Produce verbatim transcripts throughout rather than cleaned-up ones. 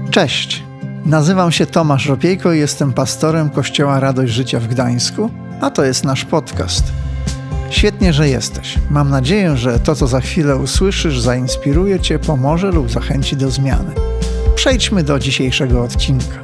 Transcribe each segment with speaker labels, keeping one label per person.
Speaker 1: Cześć, nazywam się Tomasz Ropiejko i jestem pastorem Kościoła Radość Życia w Gdańsku, a to jest nasz podcast. Świetnie, że jesteś. Mam nadzieję, że to, co za chwilę usłyszysz, zainspiruje Cię, pomoże lub zachęci do zmiany. Przejdźmy do dzisiejszego odcinka.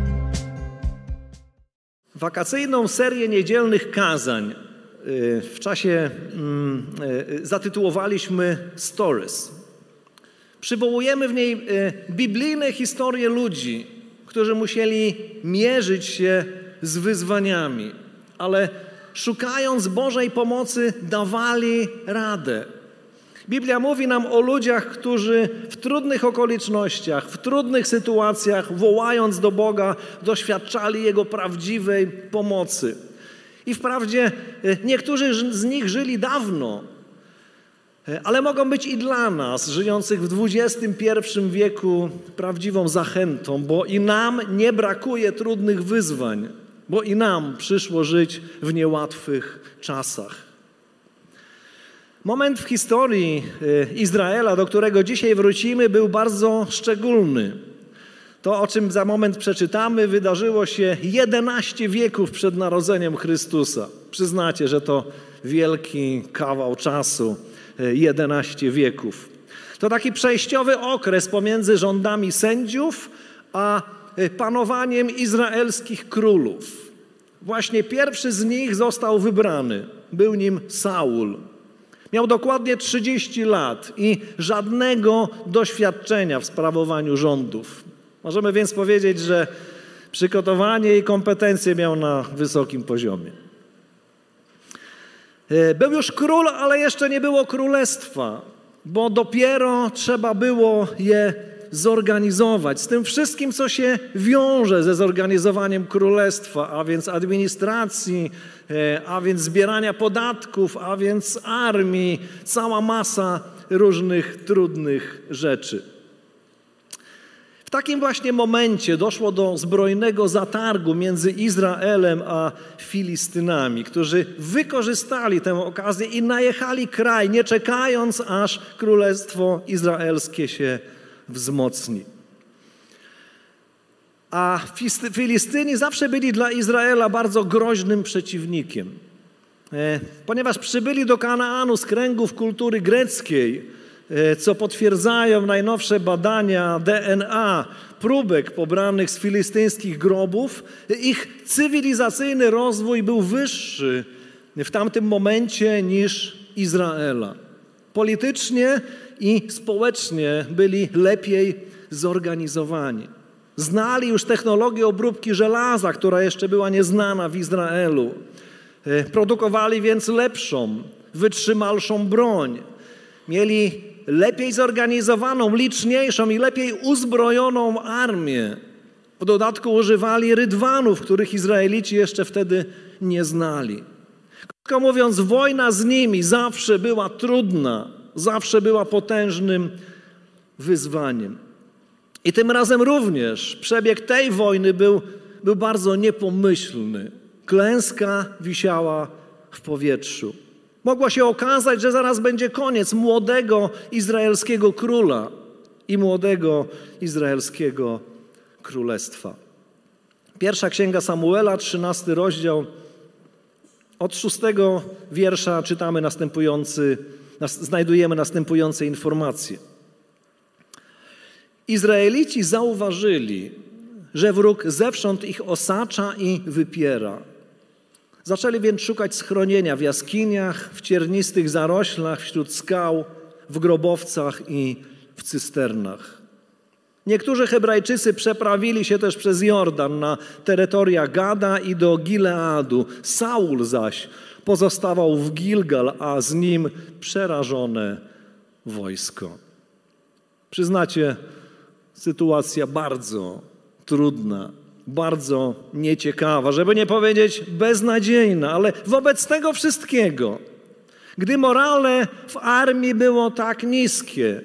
Speaker 2: Wakacyjną serię niedzielnych kazań w czasie zatytułowaliśmy Stories. Przywołujemy w niej biblijne historie ludzi, którzy musieli mierzyć się z wyzwaniami, ale szukając Bożej pomocy dawali radę. Biblia mówi nam o ludziach, którzy w trudnych okolicznościach, w trudnych sytuacjach, wołając do Boga, doświadczali Jego prawdziwej pomocy. I wprawdzie niektórzy z nich żyli dawno, ale mogą być i dla nas, żyjących w dwudziestym pierwszym wieku, prawdziwą zachętą, bo i nam nie brakuje trudnych wyzwań, bo i nam przyszło żyć w niełatwych czasach. Moment w historii Izraela, do którego dzisiaj wrócimy, był bardzo szczególny. To, o czym za moment przeczytamy, wydarzyło się jedenaście wieków przed narodzeniem Chrystusa. Przyznacie, że to wielki kawał czasu, jedenaście wieków. To taki przejściowy okres pomiędzy rządami sędziów a panowaniem izraelskich królów. Właśnie pierwszy z nich został wybrany. Był nim Saul. Miał dokładnie trzydzieści lat i żadnego doświadczenia w sprawowaniu rządów. Możemy więc powiedzieć, że przygotowanie i kompetencje miał na wysokim poziomie. Był już król, ale jeszcze nie było królestwa, bo dopiero trzeba było je zorganizować. Z tym wszystkim, co się wiąże ze zorganizowaniem królestwa, a więc administracji, a więc zbierania podatków, a więc armii, cała masa różnych trudnych rzeczy. W takim właśnie momencie doszło do zbrojnego zatargu między Izraelem a Filistynami, którzy wykorzystali tę okazję i najechali kraj, nie czekając, aż królestwo izraelskie się wzmocni. A Filistyni zawsze byli dla Izraela bardzo groźnym przeciwnikiem. Ponieważ przybyli do Kanaanu z kręgów kultury greckiej, co potwierdzają najnowsze badania D N A próbek pobranych z filistyńskich grobów, ich cywilizacyjny rozwój był wyższy w tamtym momencie niż Izraela. Politycznie i społecznie byli lepiej zorganizowani. Znali już technologię obróbki żelaza, która jeszcze była nieznana w Izraelu. Produkowali więc lepszą, wytrzymalszą broń. Mieli lepiej zorganizowaną, liczniejszą i lepiej uzbrojoną armię. W dodatku używali rydwanów, których Izraelici jeszcze wtedy nie znali. Krótko mówiąc, wojna z nimi zawsze była trudna, zawsze była potężnym wyzwaniem. I tym razem również przebieg tej wojny był, był bardzo niepomyślny. Klęska wisiała w powietrzu. Mogło się okazać, że zaraz będzie koniec młodego izraelskiego króla i młodego izraelskiego królestwa. Pierwsza księga Samuela, trzynasty rozdział, od szóstego wiersza czytamy następujący, znajdujemy następujące informacje. Izraelici zauważyli, że wróg zewsząd ich osacza i wypiera. Zaczęli więc szukać schronienia w jaskiniach, w ciernistych zaroślach, wśród skał, w grobowcach i w cysternach. Niektórzy Hebrajczycy przeprawili się też przez Jordan na terytoria Gada i do Gileadu. Saul zaś pozostawał w Gilgal, a z nim przerażone wojsko. Przyznacie, sytuacja bardzo trudna, bardzo nieciekawa, żeby nie powiedzieć beznadziejna, ale wobec tego wszystkiego, gdy morale w armii było tak niskie,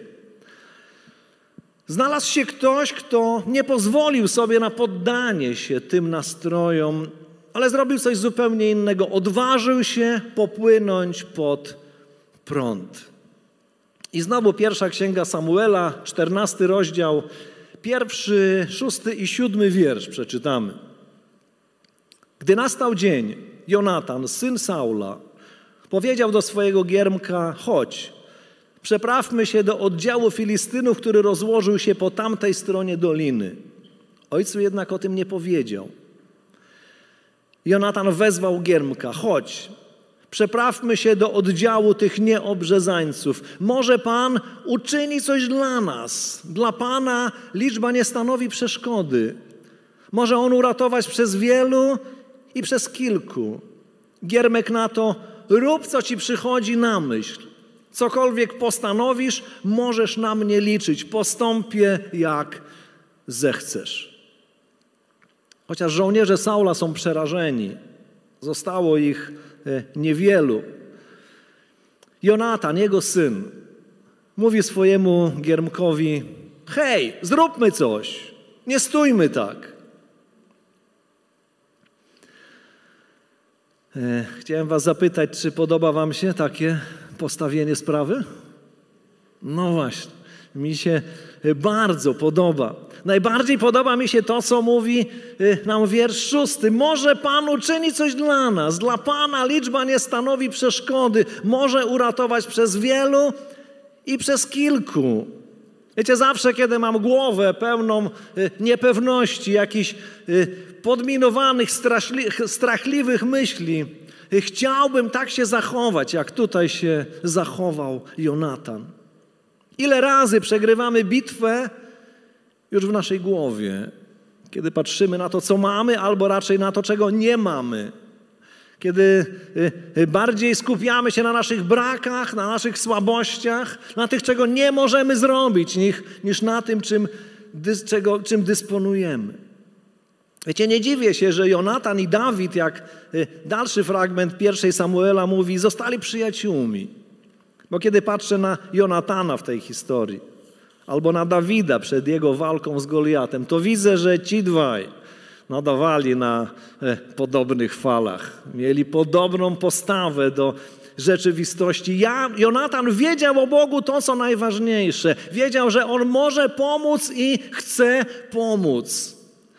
Speaker 2: znalazł się ktoś, kto nie pozwolił sobie na poddanie się tym nastrojom, ale zrobił coś zupełnie innego. Odważył się popłynąć pod prąd. I znowu pierwsza księga Samuela, czternasty rozdział, pierwszy, szósty i siódmy wiersz przeczytamy. Gdy nastał dzień, Jonatan, syn Saula, powiedział do swojego giermka: chodź, przeprawmy się do oddziału Filistynów, który rozłożył się po tamtej stronie doliny. Ojcu jednak o tym nie powiedział. Jonatan wezwał giermka: chodź, przeprawmy się do oddziału tych nieobrzezańców. Może Pan uczyni coś dla nas. Dla Pana liczba nie stanowi przeszkody. Może On uratować przez wielu i przez kilku. Giermek na to: rób, co ci przychodzi na myśl. Cokolwiek postanowisz, możesz na mnie liczyć. Postąpię, jak zechcesz. Chociaż żołnierze Saula są przerażeni, zostało ich niewielu, Jonatan, jego syn, mówi swojemu giermkowi: hej, zróbmy coś, nie stójmy tak. Chciałem was zapytać, czy podoba wam się takie postawienie sprawy? No właśnie, mi się bardzo podoba. Najbardziej podoba mi się to, co mówi nam wiersz szósty. Może Pan uczyni coś dla nas. Dla Pana liczba nie stanowi przeszkody. Może uratować przez wielu i przez kilku. Wiecie, zawsze, kiedy mam głowę pełną niepewności, jakichś podminowanych, strachliwych myśli, chciałbym tak się zachować, jak tutaj się zachował Jonatan. Ile razy przegrywamy bitwę już w naszej głowie, kiedy patrzymy na to, co mamy, albo raczej na to, czego nie mamy. Kiedy bardziej skupiamy się na naszych brakach, na naszych słabościach, na tych, czego nie możemy zrobić, niż na tym, czym, czego, czym dysponujemy. Wiecie, nie dziwię się, że Jonatan i Dawid, jak dalszy fragment pierwszej Samuela mówi, zostali przyjaciółmi. Bo kiedy patrzę na Jonatana w tej historii, albo na Dawida przed jego walką z Goliatem, to widzę, że ci dwaj nadawali na e, podobnych falach. Mieli podobną postawę do rzeczywistości. Ja, Jonatan wiedział o Bogu to, co najważniejsze. Wiedział, że On może pomóc i chce pomóc.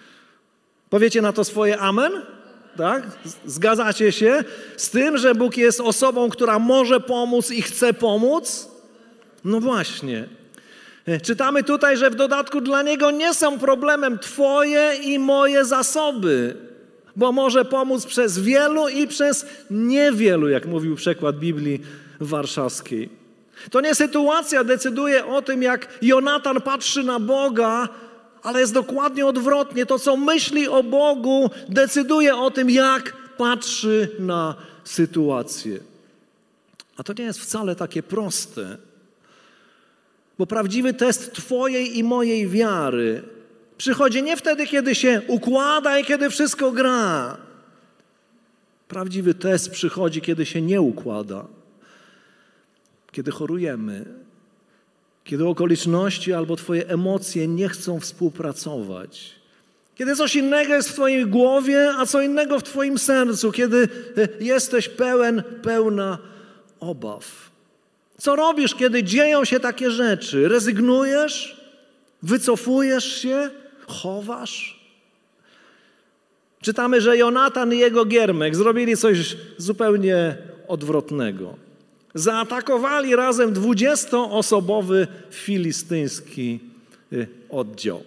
Speaker 2: Powiecie na to swoje amen? Tak? Zgadzacie się z tym, że Bóg jest osobą, która może pomóc i chce pomóc? No właśnie. Czytamy tutaj, że w dodatku dla Niego nie są problemem Twoje i moje zasoby, bo może pomóc przez wielu i przez niewielu, jak mówił przekład Biblii Warszawskiej. To nie sytuacja decyduje o tym, jak Jonatan patrzy na Boga, ale jest dokładnie odwrotnie. To, co myśli o Bogu, decyduje o tym, jak patrzy na sytuację. A to nie jest wcale takie proste. Bo prawdziwy test Twojej i mojej wiary przychodzi nie wtedy, kiedy się układa i kiedy wszystko gra. Prawdziwy test przychodzi, kiedy się nie układa. Kiedy chorujemy. Kiedy okoliczności albo Twoje emocje nie chcą współpracować. Kiedy coś innego jest w Twojej głowie, a co innego w Twoim sercu. Kiedy jesteś pełen, pełna obaw. Co robisz, kiedy dzieją się takie rzeczy? Rezygnujesz? Wycofujesz się? Chowasz? Czytamy, że Jonatan i jego giermek zrobili coś zupełnie odwrotnego. Zaatakowali razem dwudziestoosobowy filistyński oddział.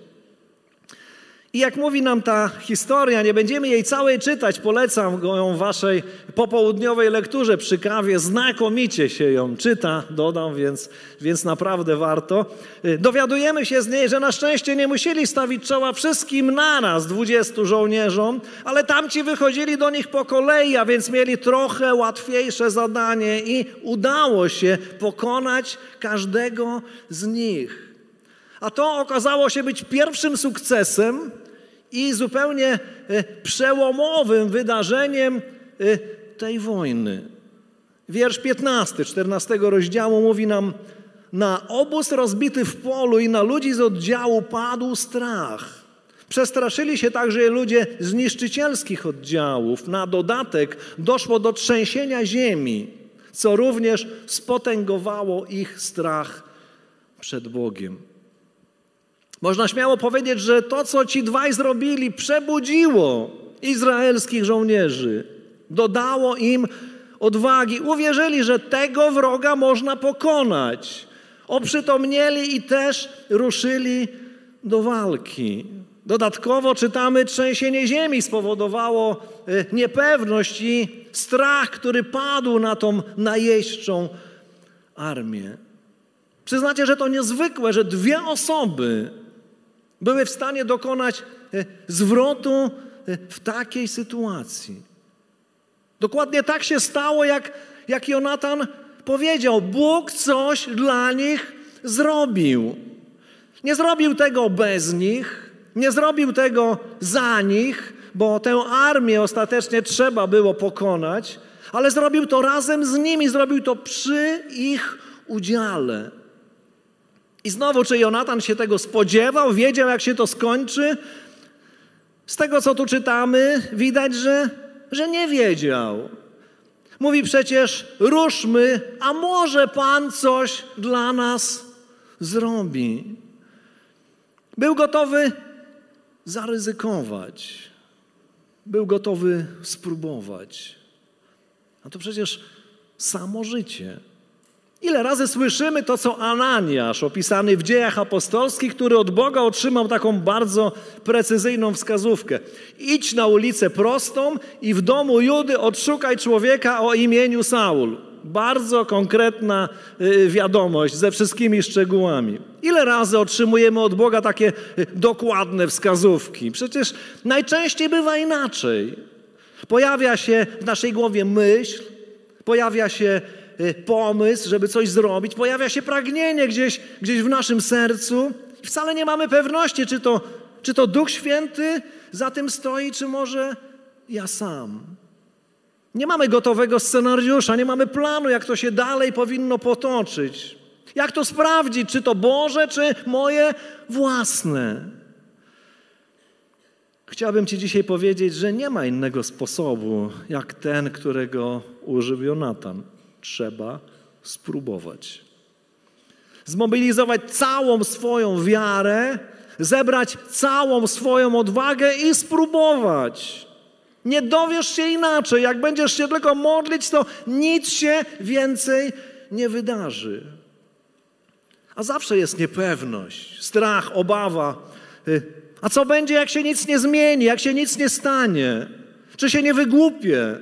Speaker 2: I jak mówi nam ta historia, nie będziemy jej całej czytać, polecam ją waszej popołudniowej lekturze przy kawie, znakomicie się ją czyta, dodam, więc, więc naprawdę warto. Dowiadujemy się z niej, że na szczęście nie musieli stawić czoła wszystkim naraz, dwudziestu żołnierzom, ale tamci wychodzili do nich po kolei, a więc mieli trochę łatwiejsze zadanie i udało się pokonać każdego z nich. A to okazało się być pierwszym sukcesem i zupełnie przełomowym wydarzeniem tej wojny. Wiersz piętnasty, czternastego rozdziału mówi nam: na obóz rozbity w polu i na ludzi z oddziału padł strach. Przestraszyli się także ludzie z niszczycielskich oddziałów. Na dodatek doszło do trzęsienia ziemi, co również spotęgowało ich strach przed Bogiem. Można śmiało powiedzieć, że to, co ci dwaj zrobili, przebudziło izraelskich żołnierzy. Dodało im odwagi. Uwierzyli, że tego wroga można pokonać. Oprzytomnieli i też ruszyli do walki. Dodatkowo czytamy, trzęsienie ziemi spowodowało niepewność i strach, który padł na tą najeźdźczą armię. Przyznacie, że to niezwykłe, że dwie osoby były w stanie dokonać zwrotu w takiej sytuacji. Dokładnie tak się stało, jak, jak Jonatan powiedział. Bóg coś dla nich zrobił. Nie zrobił tego bez nich, nie zrobił tego za nich, bo tę armię ostatecznie trzeba było pokonać, ale zrobił to razem z nimi, zrobił to przy ich udziale. I znowu, czy Jonatan się tego spodziewał, wiedział, jak się to skończy? Z tego, co tu czytamy, widać, że, że nie wiedział. Mówi przecież, ruszmy, a może Pan coś dla nas zrobi. Był gotowy zaryzykować. Był gotowy spróbować. A to przecież samo życie. Ile razy słyszymy to, co Ananiasz, opisany w Dziejach Apostolskich, który od Boga otrzymał taką bardzo precyzyjną wskazówkę. Idź na ulicę prostą i w domu Judy odszukaj człowieka o imieniu Saul. Bardzo konkretna y, wiadomość ze wszystkimi szczegółami. Ile razy otrzymujemy od Boga takie y, dokładne wskazówki? Przecież najczęściej bywa inaczej. Pojawia się w naszej głowie myśl, pojawia się pomysł, żeby coś zrobić, pojawia się pragnienie gdzieś, gdzieś w naszym sercu i wcale nie mamy pewności, czy to, czy to Duch Święty za tym stoi, czy może ja sam. Nie mamy gotowego scenariusza, nie mamy planu, jak to się dalej powinno potoczyć. Jak to sprawdzić, czy to Boże, czy moje własne. Chciałbym Ci dzisiaj powiedzieć, że nie ma innego sposobu, jak ten, którego użył Jonatan. Trzeba spróbować. Zmobilizować całą swoją wiarę, zebrać całą swoją odwagę i spróbować. Nie dowiesz się inaczej. Jak będziesz się tylko modlić, to nic się więcej nie wydarzy. A zawsze jest niepewność, strach, obawa. A co będzie, jak się nic nie zmieni, jak się nic nie stanie? Czy się nie wygłupię?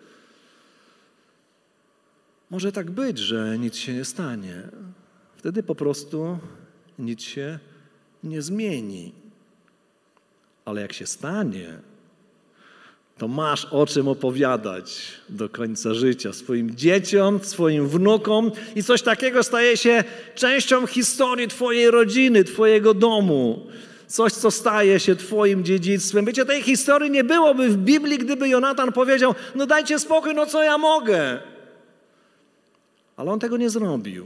Speaker 2: Może tak być, że nic się nie stanie. Wtedy po prostu nic się nie zmieni. Ale jak się stanie, to masz o czym opowiadać do końca życia swoim dzieciom, swoim wnukom i coś takiego staje się częścią historii twojej rodziny, twojego domu. Coś, co staje się twoim dziedzictwem. Wiecie, tej historii nie byłoby w Biblii, gdyby Jonatan powiedział, no dajcie spokój, no co ja mogę? Ale on tego nie zrobił.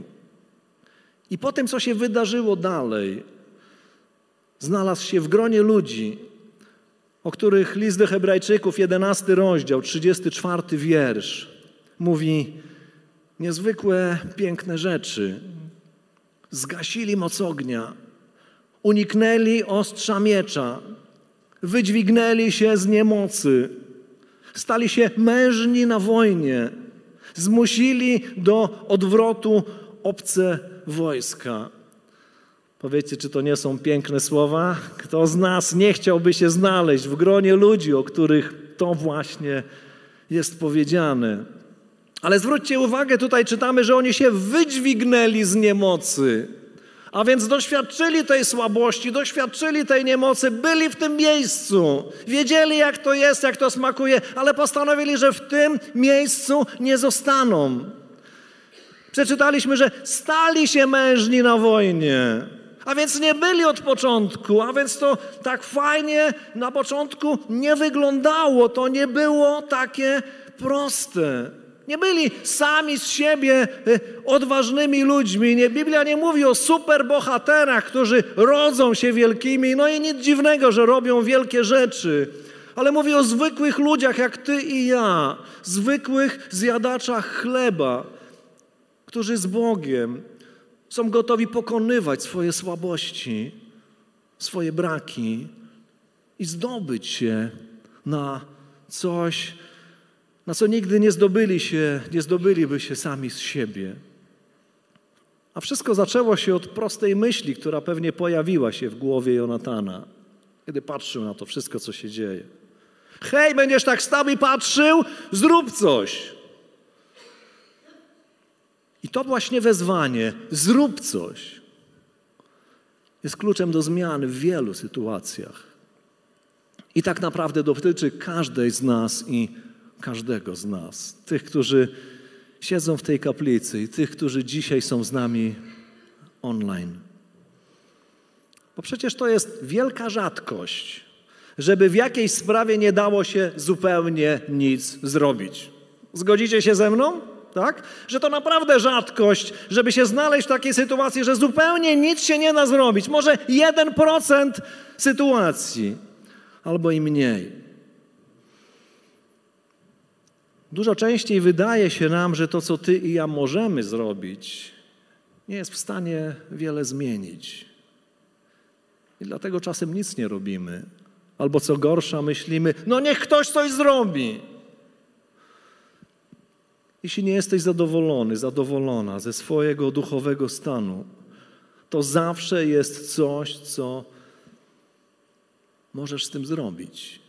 Speaker 2: I po tym, co się wydarzyło dalej, znalazł się w gronie ludzi, o których list do Hebrajczyków, jedenasty rozdział, trzydziesty czwarty wiersz, mówi niezwykłe, piękne rzeczy. Zgasili moc ognia, uniknęli ostrza miecza, wydźwignęli się z niemocy, stali się mężni na wojnie, zmusili do odwrotu obce wojska. Powiedzcie, czy to nie są piękne słowa? Kto z nas nie chciałby się znaleźć w gronie ludzi, o których to właśnie jest powiedziane? Ale zwróćcie uwagę, tutaj czytamy, że oni się wydźwignęli z niemocy. A więc doświadczyli tej słabości, doświadczyli tej niemocy, byli w tym miejscu. Wiedzieli, jak to jest, jak to smakuje, ale postanowili, że w tym miejscu nie zostaną. Przeczytaliśmy, że stali się mężni na wojnie. A więc nie byli od początku, a więc to tak fajnie na początku nie wyglądało. To nie było takie proste. Nie byli sami z siebie odważnymi ludźmi. Nie, Biblia nie mówi o superbohaterach, którzy rodzą się wielkimi. No i nic dziwnego, że robią wielkie rzeczy. Ale mówi o zwykłych ludziach jak ty i ja. Zwykłych zjadaczach chleba, którzy z Bogiem są gotowi pokonywać swoje słabości, swoje braki i zdobyć się na coś, na co nigdy nie zdobyli się, nie zdobyliby się sami z siebie. A wszystko zaczęło się od prostej myśli, która pewnie pojawiła się w głowie Jonatana, kiedy patrzył na to wszystko, co się dzieje. Hej, będziesz tak stał i patrzył? Zrób coś. I to właśnie wezwanie, zrób coś, jest kluczem do zmiany w wielu sytuacjach. I tak naprawdę dotyczy każdej z nas i każdego z nas. Tych, którzy siedzą w tej kaplicy i tych, którzy dzisiaj są z nami online. Bo przecież to jest wielka rzadkość, żeby w jakiejś sprawie nie dało się zupełnie nic zrobić. Zgodzicie się ze mną? Tak? Że to naprawdę rzadkość, żeby się znaleźć w takiej sytuacji, że zupełnie nic się nie da zrobić. Może jeden procent sytuacji, albo i mniej. Dużo częściej wydaje się nam, że to, co ty i ja możemy zrobić, nie jest w stanie wiele zmienić. I dlatego czasem nic nie robimy. Albo co gorsza, myślimy, no niech ktoś coś zrobi. Jeśli nie jesteś zadowolony, zadowolona ze swojego duchowego stanu, to zawsze jest coś, co możesz z tym zrobić.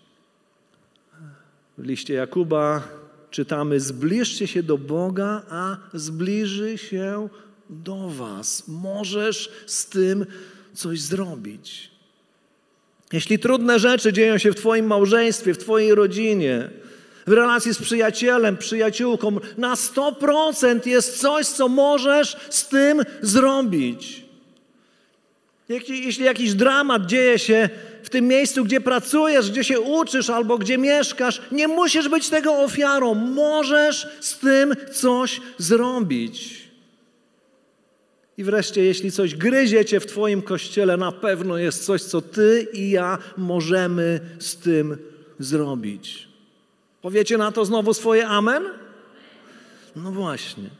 Speaker 2: W liście Jakuba czytamy, zbliżcie się do Boga, a zbliży się do was. Możesz z tym coś zrobić. Jeśli trudne rzeczy dzieją się w twoim małżeństwie, w twojej rodzinie, w relacji z przyjacielem, przyjaciółką, na sto procent jest coś, co możesz z tym zrobić. Jeśli jakiś dramat dzieje się w tym miejscu, gdzie pracujesz, gdzie się uczysz albo gdzie mieszkasz, nie musisz być tego ofiarą. Możesz z tym coś zrobić. I wreszcie, jeśli coś gryzie cię w twoim kościele, na pewno jest coś, co ty i ja możemy z tym zrobić. Powiecie na to znowu swoje amen? No właśnie.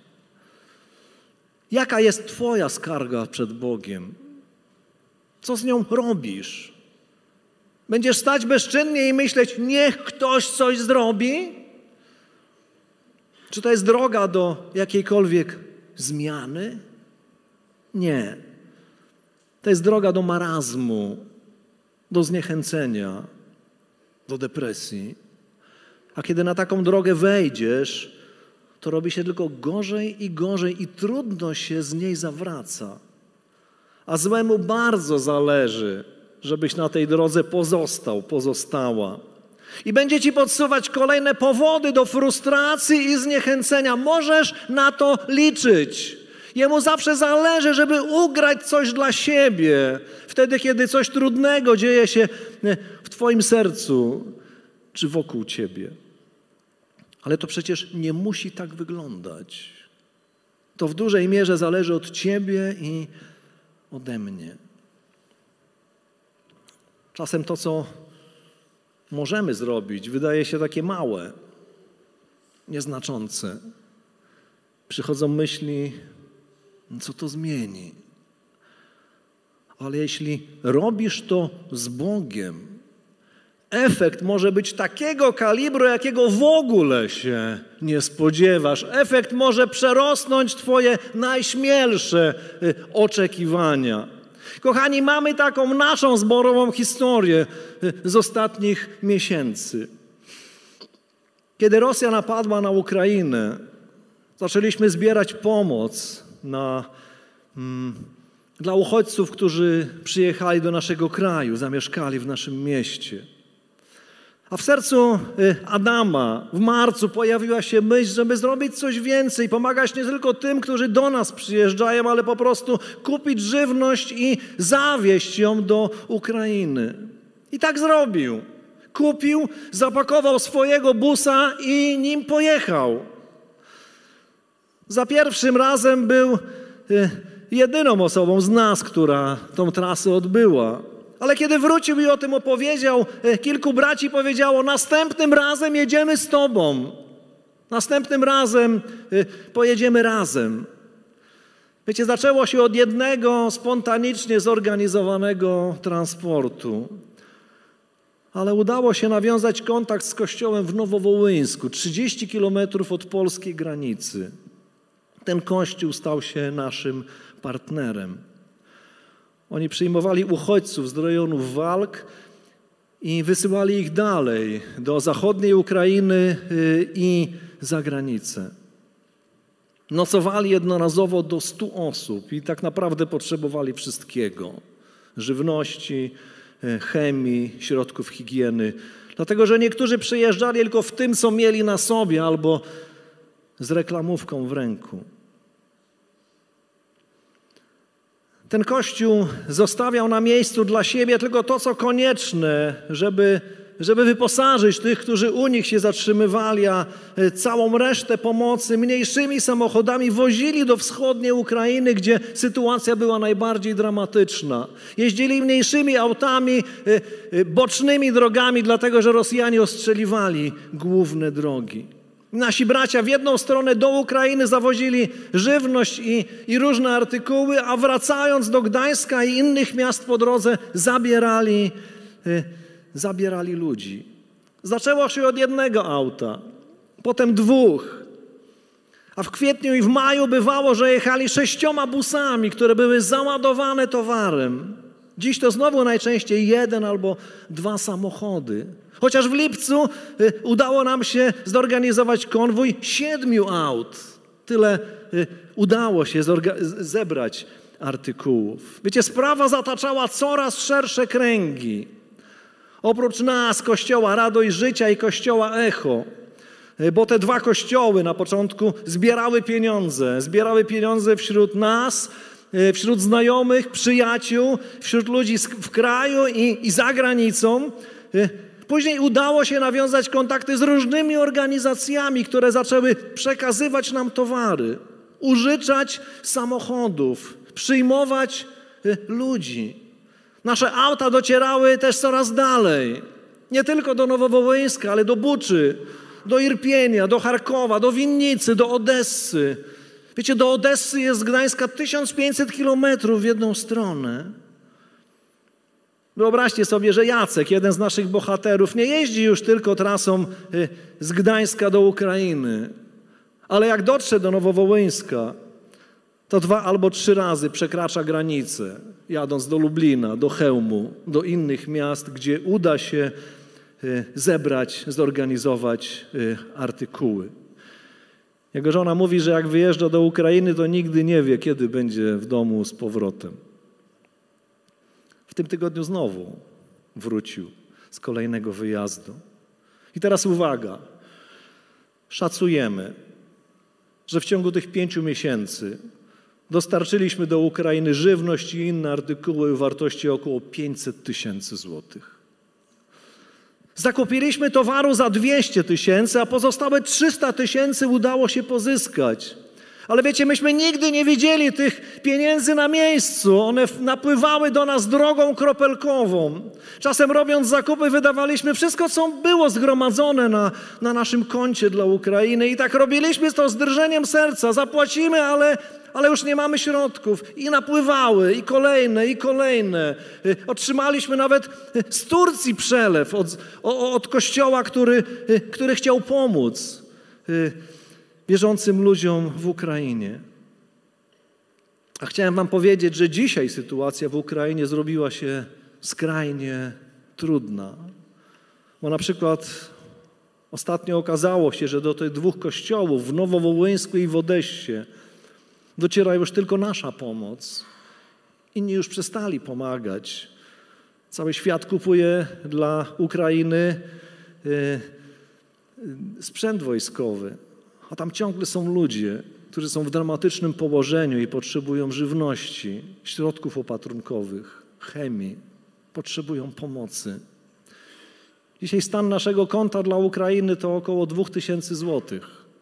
Speaker 2: Jaka jest twoja skarga przed Bogiem? Co z nią robisz? Będziesz stać bezczynnie i myśleć, niech ktoś coś zrobi? Czy to jest droga do jakiejkolwiek zmiany? Nie. To jest droga do marazmu, do zniechęcenia, do depresji. A kiedy na taką drogę wejdziesz, to robi się tylko gorzej i gorzej i trudno się z niej zawraca. A złemu bardzo zależy, żebyś na tej drodze pozostał, pozostała. I będzie ci podsuwać kolejne powody do frustracji i zniechęcenia. Możesz na to liczyć. Jemu zawsze zależy, żeby ugrać coś dla siebie. Wtedy, kiedy coś trudnego dzieje się w twoim sercu czy wokół ciebie. Ale to przecież nie musi tak wyglądać. To w dużej mierze zależy od ciebie i ode mnie. Czasem to, co możemy zrobić, wydaje się takie małe, nieznaczące. Przychodzą myśli, co to zmieni. Ale jeśli robisz to z Bogiem, efekt może być takiego kalibru, jakiego w ogóle się nie spodziewasz. Efekt może przerosnąć twoje najśmielsze oczekiwania. Kochani, mamy taką naszą zborową historię z ostatnich miesięcy. Kiedy Rosja napadła na Ukrainę, zaczęliśmy zbierać pomoc na, mm, dla uchodźców, którzy przyjechali do naszego kraju, zamieszkali w naszym mieście. A w sercu Adama w marcu pojawiła się myśl, żeby zrobić coś więcej, pomagać nie tylko tym, którzy do nas przyjeżdżają, ale po prostu kupić żywność i zawieźć ją do Ukrainy. I tak zrobił. Kupił, zapakował swojego busa i nim pojechał. Za pierwszym razem był jedyną osobą z nas, która tą trasę odbyła. Ale kiedy wrócił i o tym opowiedział, kilku braci powiedziało, następnym razem jedziemy z tobą. Następnym razem pojedziemy razem. Wiecie, zaczęło się od jednego spontanicznie zorganizowanego transportu, ale udało się nawiązać kontakt z kościołem w Nowowołyńsku, trzydzieści kilometrów od polskiej granicy. Ten kościół stał się naszym partnerem. Oni przyjmowali uchodźców z rejonów walk i wysyłali ich dalej, do zachodniej Ukrainy i za granicę. Nocowali jednorazowo do stu osób i tak naprawdę potrzebowali wszystkiego. Żywności, chemii, środków higieny. Dlatego, że niektórzy przyjeżdżali tylko w tym, co mieli na sobie albo z reklamówką w ręku. Ten Kościół zostawiał na miejscu dla siebie tylko to, co konieczne, żeby, żeby wyposażyć tych, którzy u nich się zatrzymywali, a całą resztę pomocy mniejszymi samochodami wozili do wschodniej Ukrainy, gdzie sytuacja była najbardziej dramatyczna. Jeździli mniejszymi autami, bocznymi drogami, dlatego że Rosjanie ostrzeliwali główne drogi. Nasi bracia w jedną stronę do Ukrainy zawozili żywność i, i różne artykuły, a wracając do Gdańska i innych miast po drodze zabierali, y, zabierali ludzi. Zaczęło się od jednego auta, potem dwóch, a w kwietniu i w maju bywało, że jechali sześcioma busami, które były załadowane towarem. Dziś to znowu najczęściej jeden albo dwa samochody. Chociaż w lipcu y, udało nam się zorganizować konwój siedmiu aut. Tyle y, udało się zebrać artykułów. Wiecie, sprawa zataczała coraz szersze kręgi. Oprócz nas, Kościoła Radość Życia i Kościoła Echo, y, bo te dwa kościoły na początku zbierały pieniądze. Zbierały pieniądze wśród nas, y, wśród znajomych, przyjaciół, wśród ludzi w kraju i, i za granicą. Y, Później udało się nawiązać kontakty z różnymi organizacjami, które zaczęły przekazywać nam towary, użyczać samochodów, przyjmować ludzi. Nasze auta docierały też coraz dalej. Nie tylko do Nowowołyńska, ale do Buczy, do Irpienia, do Charkowa, do Winnicy, do Odessy. Wiecie, do Odessy jest z Gdańska tysiąc pięćset kilometrów w jedną stronę. Wyobraźcie sobie, że Jacek, jeden z naszych bohaterów, nie jeździ już tylko trasą z Gdańska do Ukrainy, ale jak dotrze do Nowowołyńska, to dwa albo trzy razy przekracza granicę, jadąc do Lublina, do Chełmu, do innych miast, gdzie uda się zebrać, zorganizować artykuły. Jego żona mówi, że jak wyjeżdża do Ukrainy, to nigdy nie wie, kiedy będzie w domu z powrotem. W tym tygodniu znowu wrócił z kolejnego wyjazdu. I teraz uwaga. Szacujemy, że w ciągu tych pięciu miesięcy dostarczyliśmy do Ukrainy żywność i inne artykuły o wartości około pięćset tysięcy złotych. Zakupiliśmy towaru za dwieście tysięcy, a pozostałe trzysta tysięcy udało się pozyskać. Ale wiecie, myśmy nigdy nie widzieli tych pieniędzy na miejscu. One napływały do nas drogą kropelkową. Czasem robiąc zakupy wydawaliśmy wszystko, co było zgromadzone na, na naszym koncie dla Ukrainy. I tak robiliśmy to z drżeniem serca. Zapłacimy, ale, ale już nie mamy środków. I napływały, i kolejne, i kolejne. Otrzymaliśmy nawet z Turcji przelew od, od kościoła, który, który chciał pomóc wierzącym ludziom w Ukrainie. A chciałem wam powiedzieć, że dzisiaj sytuacja w Ukrainie zrobiła się skrajnie trudna. Bo na przykład ostatnio okazało się, że do tych dwóch kościołów w Nowowołyńsku i w Odessie dociera już tylko nasza pomoc. Inni już przestali pomagać. Cały świat kupuje dla Ukrainy y, y, sprzęt wojskowy. A tam ciągle są ludzie, którzy są w dramatycznym położeniu i potrzebują żywności, środków opatrunkowych, chemii, potrzebują pomocy. Dzisiaj stan naszego konta dla Ukrainy to około dwóch tysięcy złotych.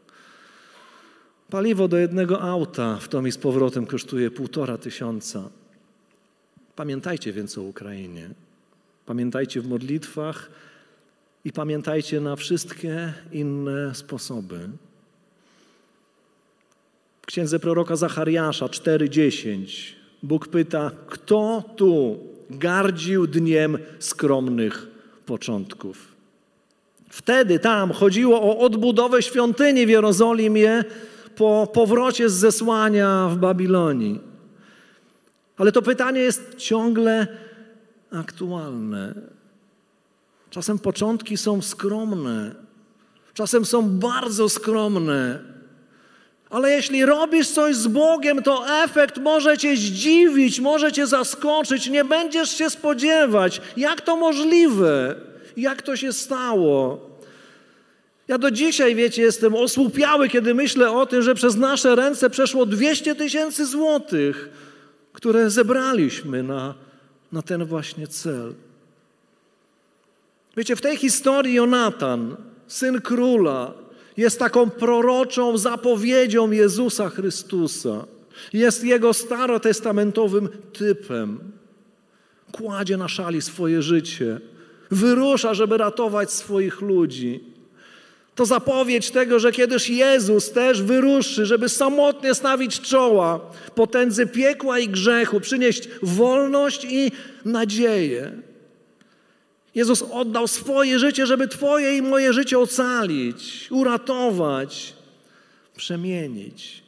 Speaker 2: Paliwo do jednego auta w tom i z powrotem kosztuje półtora tysiąca. Pamiętajcie więc o Ukrainie. Pamiętajcie w modlitwach i pamiętajcie na wszystkie inne sposoby. W księdze proroka Zachariasza cztery dziesięć Bóg pyta, kto tu gardził dniem skromnych początków? Wtedy tam chodziło o odbudowę świątyni w Jerozolimie po powrocie z zesłania w Babilonii. Ale to pytanie jest ciągle aktualne. Czasem początki są skromne, czasem są bardzo skromne. Ale jeśli robisz coś z Bogiem, to efekt może cię zdziwić, może cię zaskoczyć, nie będziesz się spodziewać. Jak to możliwe? Jak to się stało? Ja do dzisiaj, wiecie, jestem osłupiały, kiedy myślę o tym, że przez nasze ręce przeszło dwieście tysięcy złotych, które zebraliśmy na, na ten właśnie cel. Wiecie, w tej historii Jonatan, syn króla, jest taką proroczą zapowiedzią Jezusa Chrystusa. Jest jego starotestamentowym typem. Kładzie na szali swoje życie. Wyrusza, żeby ratować swoich ludzi. To zapowiedź tego, że kiedyś Jezus też wyruszy, żeby samotnie stawić czoła potędzy piekła i grzechu, przynieść wolność i nadzieję. Jezus oddał swoje życie, żeby twoje i moje życie ocalić, uratować, przemienić.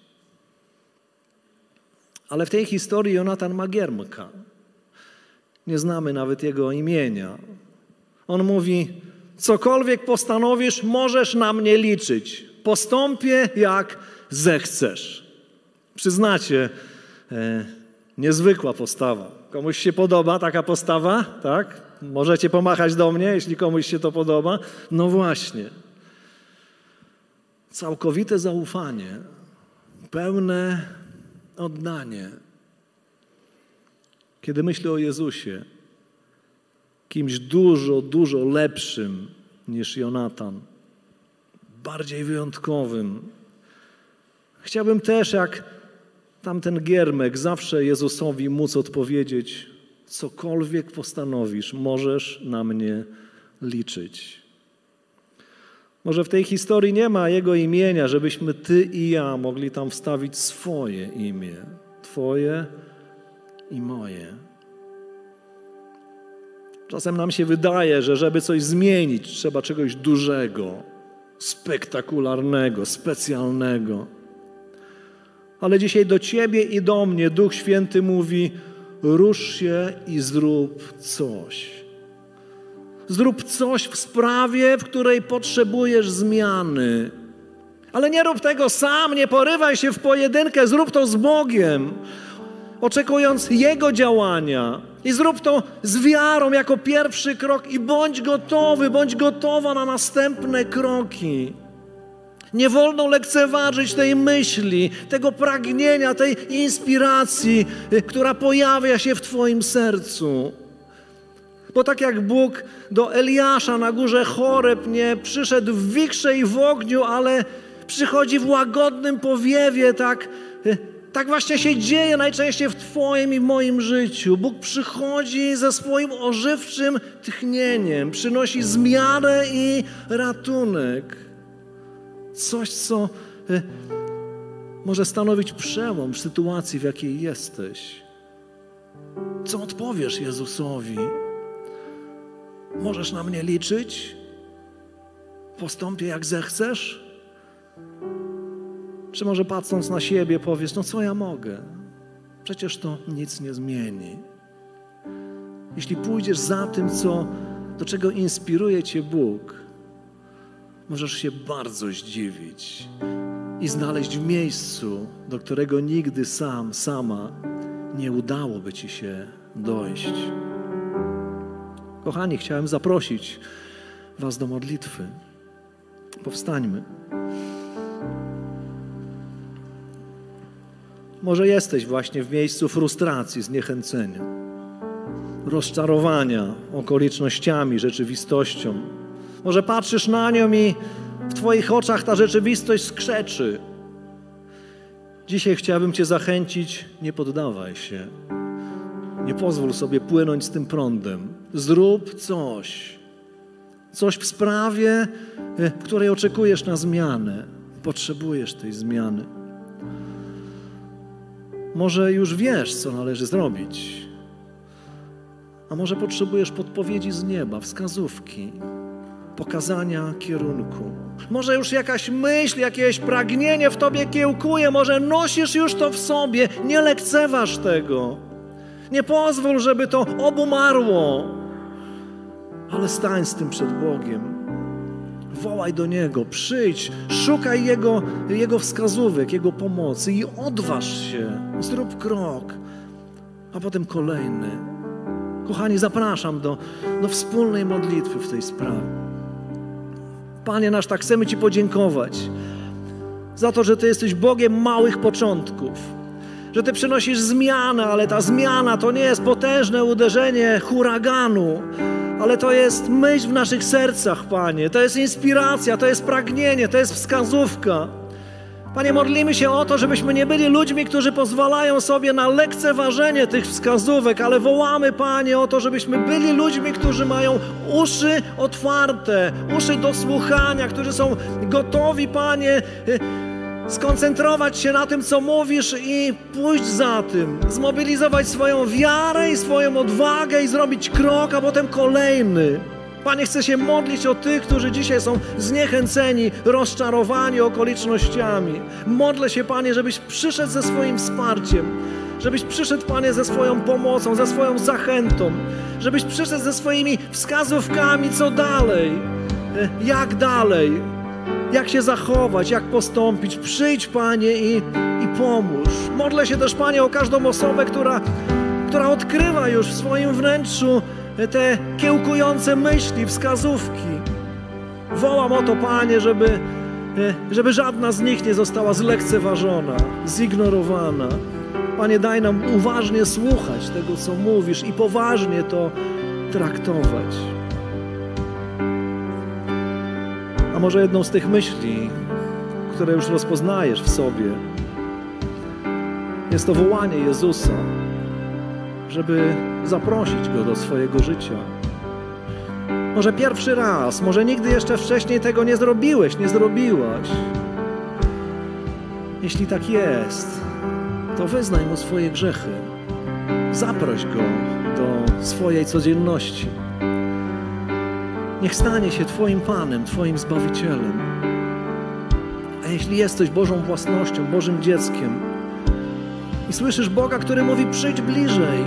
Speaker 2: Ale w tej historii Jonatan ma giermka. Nie znamy nawet jego imienia. On mówi, cokolwiek postanowisz, możesz na mnie liczyć. Postąpię jak zechcesz. Przyznacie, e, niezwykła postawa. Komuś się podoba taka postawa? Tak? Możecie pomachać do mnie, jeśli komuś się to podoba. No właśnie. Całkowite zaufanie, pełne oddanie. Kiedy myślę o Jezusie, kimś dużo, dużo lepszym niż Jonatan, bardziej wyjątkowym. Chciałbym też, jak tamten giermek, zawsze Jezusowi móc odpowiedzieć, cokolwiek postanowisz, możesz na mnie liczyć. Może w tej historii nie ma jego imienia, żebyśmy ty i ja mogli tam wstawić swoje imię, twoje i moje. Czasem nam się wydaje, że żeby coś zmienić, trzeba czegoś dużego, spektakularnego, specjalnego. Ale dzisiaj do ciebie i do mnie Duch Święty mówi, rusz się i zrób coś. Zrób coś w sprawie, w której potrzebujesz zmiany. Ale nie rób tego sam, nie porywaj się w pojedynkę, zrób to z Bogiem, oczekując Jego działania. I zrób to z wiarą jako pierwszy krok i bądź gotowy, bądź gotowa na następne kroki. Nie wolno lekceważyć tej myśli, tego pragnienia, tej inspiracji, która pojawia się w twoim sercu. Bo tak jak Bóg do Eliasza na górze Choreb nie przyszedł w wikrze i w ogniu, ale przychodzi w łagodnym powiewie, tak, tak właśnie się dzieje najczęściej w twoim i moim życiu. Bóg przychodzi ze swoim ożywczym tchnieniem, przynosi zmianę i ratunek. Coś, co y, może stanowić przełom w sytuacji, w jakiej jesteś. Co odpowiesz Jezusowi? Możesz na mnie liczyć? Postąpię jak zechcesz? Czy może patrząc na siebie powiesz, no co ja mogę? Przecież to nic nie zmieni. Jeśli pójdziesz za tym, co, do czego inspiruje cię Bóg, możesz się bardzo zdziwić i znaleźć w miejscu, do którego nigdy sam, sama nie udałoby ci się dojść. Kochani, chciałem zaprosić was do modlitwy. Powstańmy. Może jesteś właśnie w miejscu frustracji, zniechęcenia, rozczarowania okolicznościami, rzeczywistością. Może patrzysz na nią i w twoich oczach ta rzeczywistość skrzeczy. Dzisiaj chciałbym cię zachęcić, nie poddawaj się. Nie pozwól sobie płynąć z tym prądem. Zrób coś. Coś w sprawie, w której oczekujesz na zmianę. Potrzebujesz tej zmiany. Może już wiesz, co należy zrobić. A może potrzebujesz podpowiedzi z nieba, wskazówki, pokazania kierunku. Może już jakaś myśl, jakieś pragnienie w tobie kiełkuje, może nosisz już to w sobie. Nie lekceważ tego. Nie pozwól, żeby to obumarło. Ale stań z tym przed Bogiem. Wołaj do Niego, przyjdź, szukaj Jego, Jego wskazówek, Jego pomocy i odważ się. Zrób krok, a potem kolejny. Kochani, zapraszam do, do wspólnej modlitwy w tej sprawie. Panie nasz, tak chcemy Ci podziękować za to, że Ty jesteś Bogiem małych początków, że Ty przynosisz zmianę, ale ta zmiana to nie jest potężne uderzenie huraganu, ale to jest myśl w naszych sercach, Panie. To jest inspiracja, to jest pragnienie, to jest wskazówka. Panie, modlimy się o to, żebyśmy nie byli ludźmi, którzy pozwalają sobie na lekceważenie tych wskazówek, ale wołamy, Panie, o to, żebyśmy byli ludźmi, którzy mają uszy otwarte, uszy do słuchania, którzy są gotowi, Panie, skoncentrować się na tym, co mówisz i pójść za tym, zmobilizować swoją wiarę i swoją odwagę i zrobić krok, a potem kolejny. Panie, chcę się modlić o tych, którzy dzisiaj są zniechęceni, rozczarowani okolicznościami. Modlę się, Panie, żebyś przyszedł ze swoim wsparciem, żebyś przyszedł, Panie, ze swoją pomocą, ze swoją zachętą, żebyś przyszedł ze swoimi wskazówkami, co dalej, jak dalej, jak się zachować, jak postąpić. Przyjdź, Panie, i, i pomóż. Modlę się też, Panie, o każdą osobę, która, która odkrywa już w swoim wnętrzu te kiełkujące myśli, wskazówki. Wołam o to, Panie, żeby, żeby żadna z nich nie została zlekceważona, zignorowana. Panie, daj nam uważnie słuchać tego, co mówisz i poważnie to traktować. A może jedną z tych myśli, które już rozpoznajesz w sobie, jest to wołanie Jezusa, żeby zaprosić Go do swojego życia. Może pierwszy raz, może nigdy jeszcze wcześniej tego nie zrobiłeś, nie zrobiłaś. Jeśli tak jest, to wyznaj Mu swoje grzechy. Zaproś Go do swojej codzienności. Niech stanie się Twoim Panem, Twoim Zbawicielem. A jeśli jesteś Bożą własnością, Bożym dzieckiem i słyszysz Boga, który mówi: przyjdź bliżej,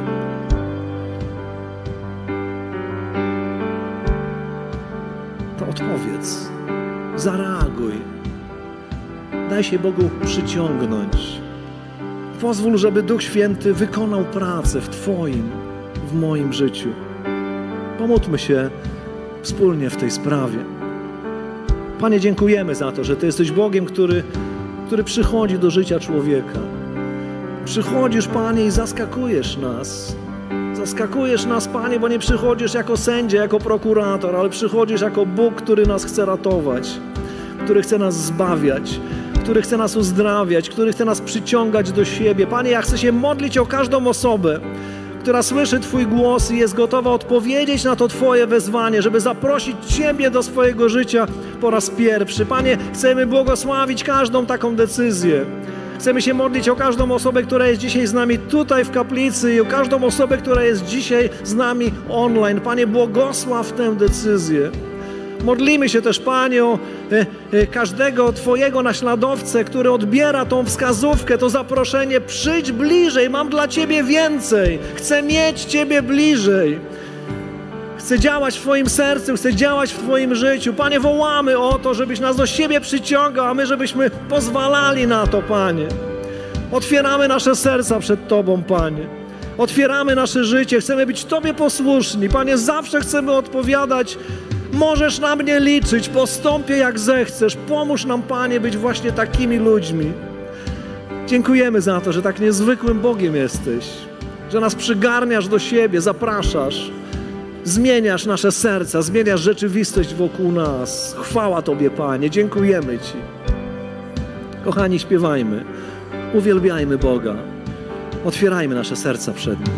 Speaker 2: to odpowiedz, zareaguj. Daj się Bogu przyciągnąć. Pozwól, żeby Duch Święty wykonał pracę w Twoim, w moim życiu. Pomódlmy się wspólnie w tej sprawie. Panie, dziękujemy za to, że Ty jesteś Bogiem, który, który przychodzi do życia człowieka. Przychodzisz, Panie, i zaskakujesz nas. Zaskakujesz nas, Panie, bo nie przychodzisz jako sędzia, jako prokurator, ale przychodzisz jako Bóg, który nas chce ratować, który chce nas zbawiać, który chce nas uzdrawiać, który chce nas przyciągać do siebie. Panie, ja chcę się modlić o każdą osobę, która słyszy Twój głos i jest gotowa odpowiedzieć na to Twoje wezwanie, żeby zaprosić Ciebie do swojego życia po raz pierwszy. Panie, chcemy błogosławić każdą taką decyzję. Chcemy się modlić o każdą osobę, która jest dzisiaj z nami tutaj w kaplicy i o każdą osobę, która jest dzisiaj z nami online. Panie, błogosław tę decyzję. Modlimy się też, Panie, o e, e, każdego Twojego naśladowcę, który odbiera tą wskazówkę, to zaproszenie: przyjdź bliżej, mam dla Ciebie więcej, chcę mieć Ciebie bliżej. Chcę działać w Twoim sercu, chcę działać w Twoim życiu. Panie, wołamy o to, żebyś nas do siebie przyciągał, a my żebyśmy pozwalali na to, Panie. Otwieramy nasze serca przed Tobą, Panie. Otwieramy nasze życie, chcemy być Tobie posłuszni. Panie, zawsze chcemy odpowiadać: możesz na mnie liczyć, postąpię jak zechcesz. Pomóż nam, Panie, być właśnie takimi ludźmi. Dziękujemy za to, że tak niezwykłym Bogiem jesteś, że nas przygarniasz do siebie, zapraszasz. Zmieniasz nasze serca, zmieniasz rzeczywistość wokół nas. Chwała Tobie, Panie, dziękujemy Ci. Kochani, śpiewajmy, uwielbiajmy Boga, otwierajmy nasze serca przed Nim.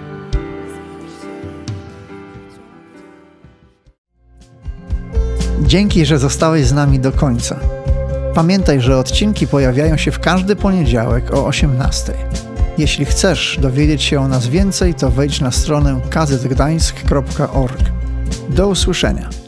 Speaker 1: Dzięki, że zostałeś z nami do końca. Pamiętaj, że odcinki pojawiają się w każdy poniedziałek o osiemnastej. Jeśli chcesz dowiedzieć się o nas więcej, to wejdź na stronę kazetgdańsk kropka org. Do usłyszenia.